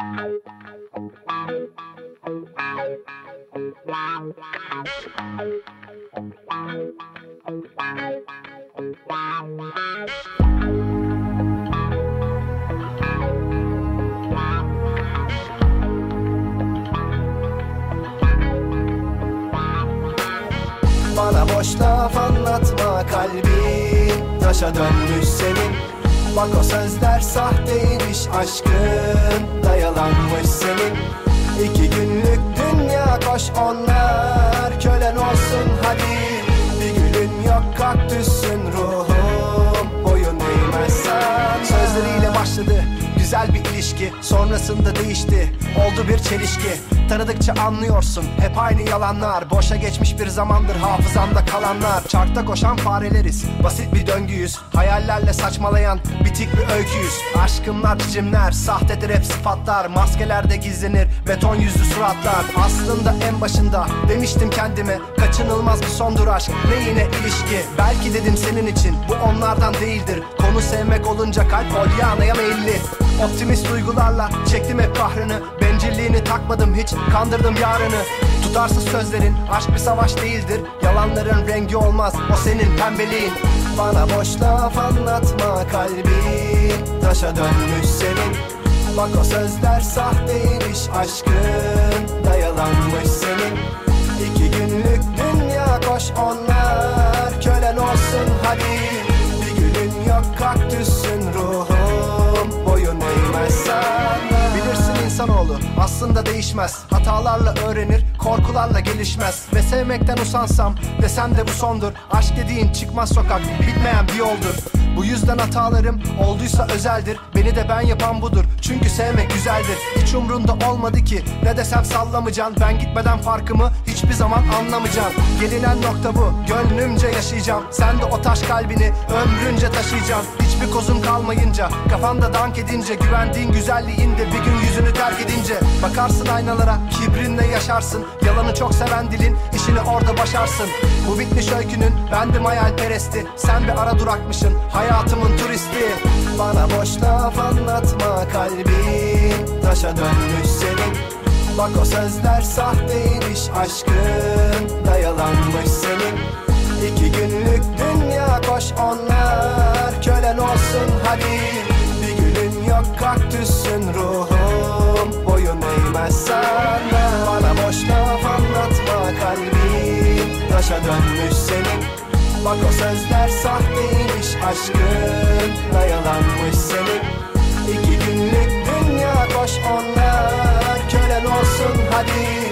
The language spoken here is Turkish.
Bana boş laf anlatma, kalbin taşa dönmüş senin. Bak o sözler sahteymiş, aşkın da yalanmış senin. 2 günlük dünya, koş onlar kölen olsun hadi. Bir gülün yok, kaktüsün ruhum, boyun eğmezsen. Sözleriyle başladı güzel bir ilişki, sonrasında değişti, oldu bir çelişki. Tanıdıkça anlıyorsun hep aynı yalanlar, boşa geçmiş bir zamandır hafızamda kalanlar. Çarkta koşan fareleriz, basit bir döngüyüz, hayallerle saçmalayan bitik bir öyküyüz. Aşkımlar biçimler, sahtedir hep sıfatlar, maskelerde gizlenir beton yüzlü suratlar. Aslında en başında demiştim kendime, kaçınılmaz bir sondur aşk, ne yine ilişki. Belki dedim senin için bu onlardan değildir, konu sevmek olunca kalp polyanaya meyilli. Optimist duygularla çektim hep kahrını, bencilliğini takmadım hiç, kandırdım yarını. Tutarsız sözlerin, aşk bir savaş değildir, yalanların rengi olmaz o senin pembeliğin. Bana boş laf anlatma, kalbin taşa dönmüş senin. Bak o sözler sahteymiş, aşkın da yalanmış senin. 2 günlük dünya, koş onlar kölen olsun hadi. Bir gülün yok, kaktüsün ruhum, boyun eğmezsen. Bilirsin insanoğlu aslında değişmez, hatalarla öğrenir, korkularla gelişmez. Ve sevmekten usansam desem de bu sondur, aşk dediğin çıkmaz sokak, bitmeyen bir yoldur. Bu yüzden hatalarım olduysa özeldir, beni de ben yapan budur, çünkü sevmek güzeldir. Hiç umrunda olmadı ki ne desem sallamayacaksın, ben gitmeden farkımı hiçbir zaman anlamayacaksın. Gelinen nokta bu, gönlümce yaşayacağım, sen de o taş kalbini ömrünce taşıyacaksın. Hiçbir kozun kalmayınca, kafanda dank edince, güvendiğin güzelliğinde bir gün yüzünü terk edince. Bakarsın aynalara, kibrinle yaşarsın, yalanı çok seven dilin işini orada başarsın. Bu bitmiş öykünün bendim hayalperesti, sen bir ara durakmışsın, hayatımın turisti. Bana boş laf anlatma, kalbin taşa dönmüş senin. Bak o sözler sahteymiş, aşkın da yalanmış senin. 2 günlük dünya, koş onlar kölen olsun hadi. Bir gülün yok, kaktüsün ruhum, boyun eğmezsen. Bana boş laf anlatma, kalbin taşa dönmüş senin. Bak o sözler sahteymiş, aşkın da yalanmış senin. 2 günlük dünya, koş onlar kölen olsun hadi.